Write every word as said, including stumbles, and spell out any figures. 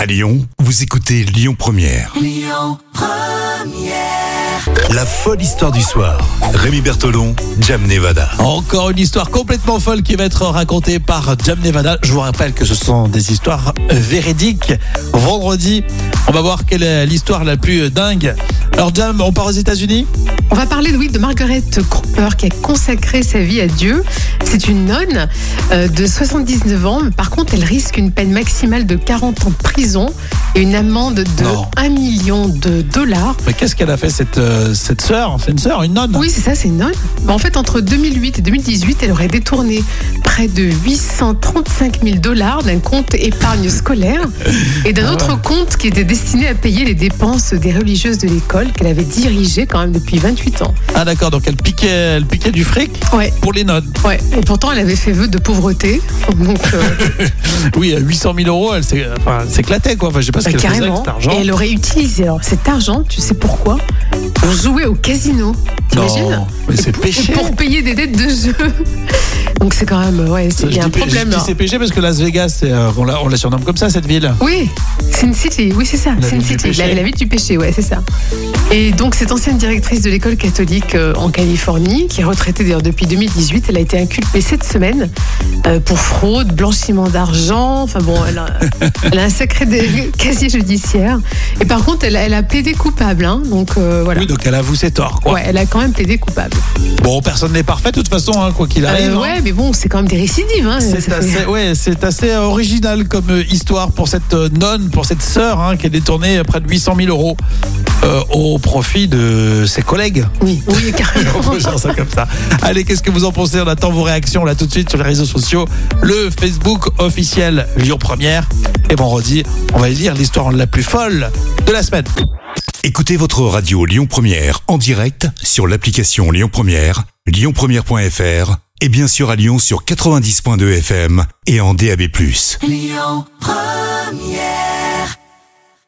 À Lyon, vous écoutez Lyon Première. Lyon Première. La folle histoire du soir. Rémi Bertolon, Jam Nevada. Encore une histoire complètement folle qui va être racontée par Jam Nevada. Je vous rappelle que ce sont des histoires véridiques. Vendredi, on va voir quelle est l'histoire la plus dingue. Alors Jam, on part aux États-Unis ? On va parler oui, de Margaret Cooper qui a consacré sa vie à Dieu. C'est une nonne euh, de soixante-dix-neuf ans. Par contre, elle risque une peine maximale de quarante ans de prison et une amende de Non. un million de dollars. Mais qu'est-ce qu'elle a fait cette, euh, cette sœur ? C'est une sœur, une nonne ? Oui, c'est ça, c'est une nonne. Bah, en fait, entre deux mille huit et deux mille dix-huit, elle aurait détourné près de huit cent trente-cinq mille dollars d'un compte épargne scolaire et d'un Ah ouais. autre compte qui était destiné à payer les dépenses des religieuses de l'école qu'elle avait dirigée quand même depuis vingt-huit ans. Ah d'accord, donc elle piquait, elle piquait du fric Ouais, pour les nonnes. ouais. Et pourtant, elle avait fait vœu de pauvreté. Donc, euh, Oui, à huit cent mille euros, elle s'est- enfin, elle s'éclatait quoi. Enfin, je sais pas ce bah, qu'elle faisait avec carrément. cet argent. Et elle aurait utilisé alors, cet argent, tu sais pourquoi ? Pour jouer au casino. T'imagines ? Non, mais c'est péché. Pour payer des dettes de jeu. Donc c'est quand même, ouais, c'est- il y a Je un dis- problème je dis là. c'est péché parce que Las Vegas, c'est, euh, on, la, on la surnomme comme ça cette ville. Oui, Sin City, oui c'est ça, La Sin ville du City, péché. la, la ville du péché, ouais c'est ça. Et donc cette ancienne directrice de l'école catholique euh, en Californie, qui est retraitée d'ailleurs depuis deux mille dix-huit, elle a été inculpée cette semaine euh, pour fraude, blanchiment d'argent, enfin bon, elle a, elle a un sacré dé- casier judiciaire. Et par contre, elle, a- elle a plaidé coupable, hein, donc euh, voilà. Oui, donc elle avoue ses torts quoi. Ouais, elle a quand même plaidé coupable. Bon, personne n'est parfait de toute façon, hein, quoi qu'il arrive. Euh, hein. ouais, mais bon, c'est quand même des récidives. Hein, C'est ça fait- assez, ouais, c'est assez euh, original comme euh, histoire pour cette euh, nonne, pour cette sœur hein, qui a détourné près de huit cent mille euros euh, au profit de ses collègues. Oui, oui, carrément. On peut dire ça comme ça. Allez, qu'est-ce que vous en pensez ? On attend vos réactions là tout de suite sur les réseaux sociaux. Le Facebook officiel Lyon Première. Et vendredi, on va lire l'histoire la plus folle de la semaine. Écoutez votre radio Lyon Première en direct sur l'application Lyon Première, lyon première point f r et bien sûr à Lyon sur quatre-vingt-dix point deux F M et en D A B plus. Lyon Première.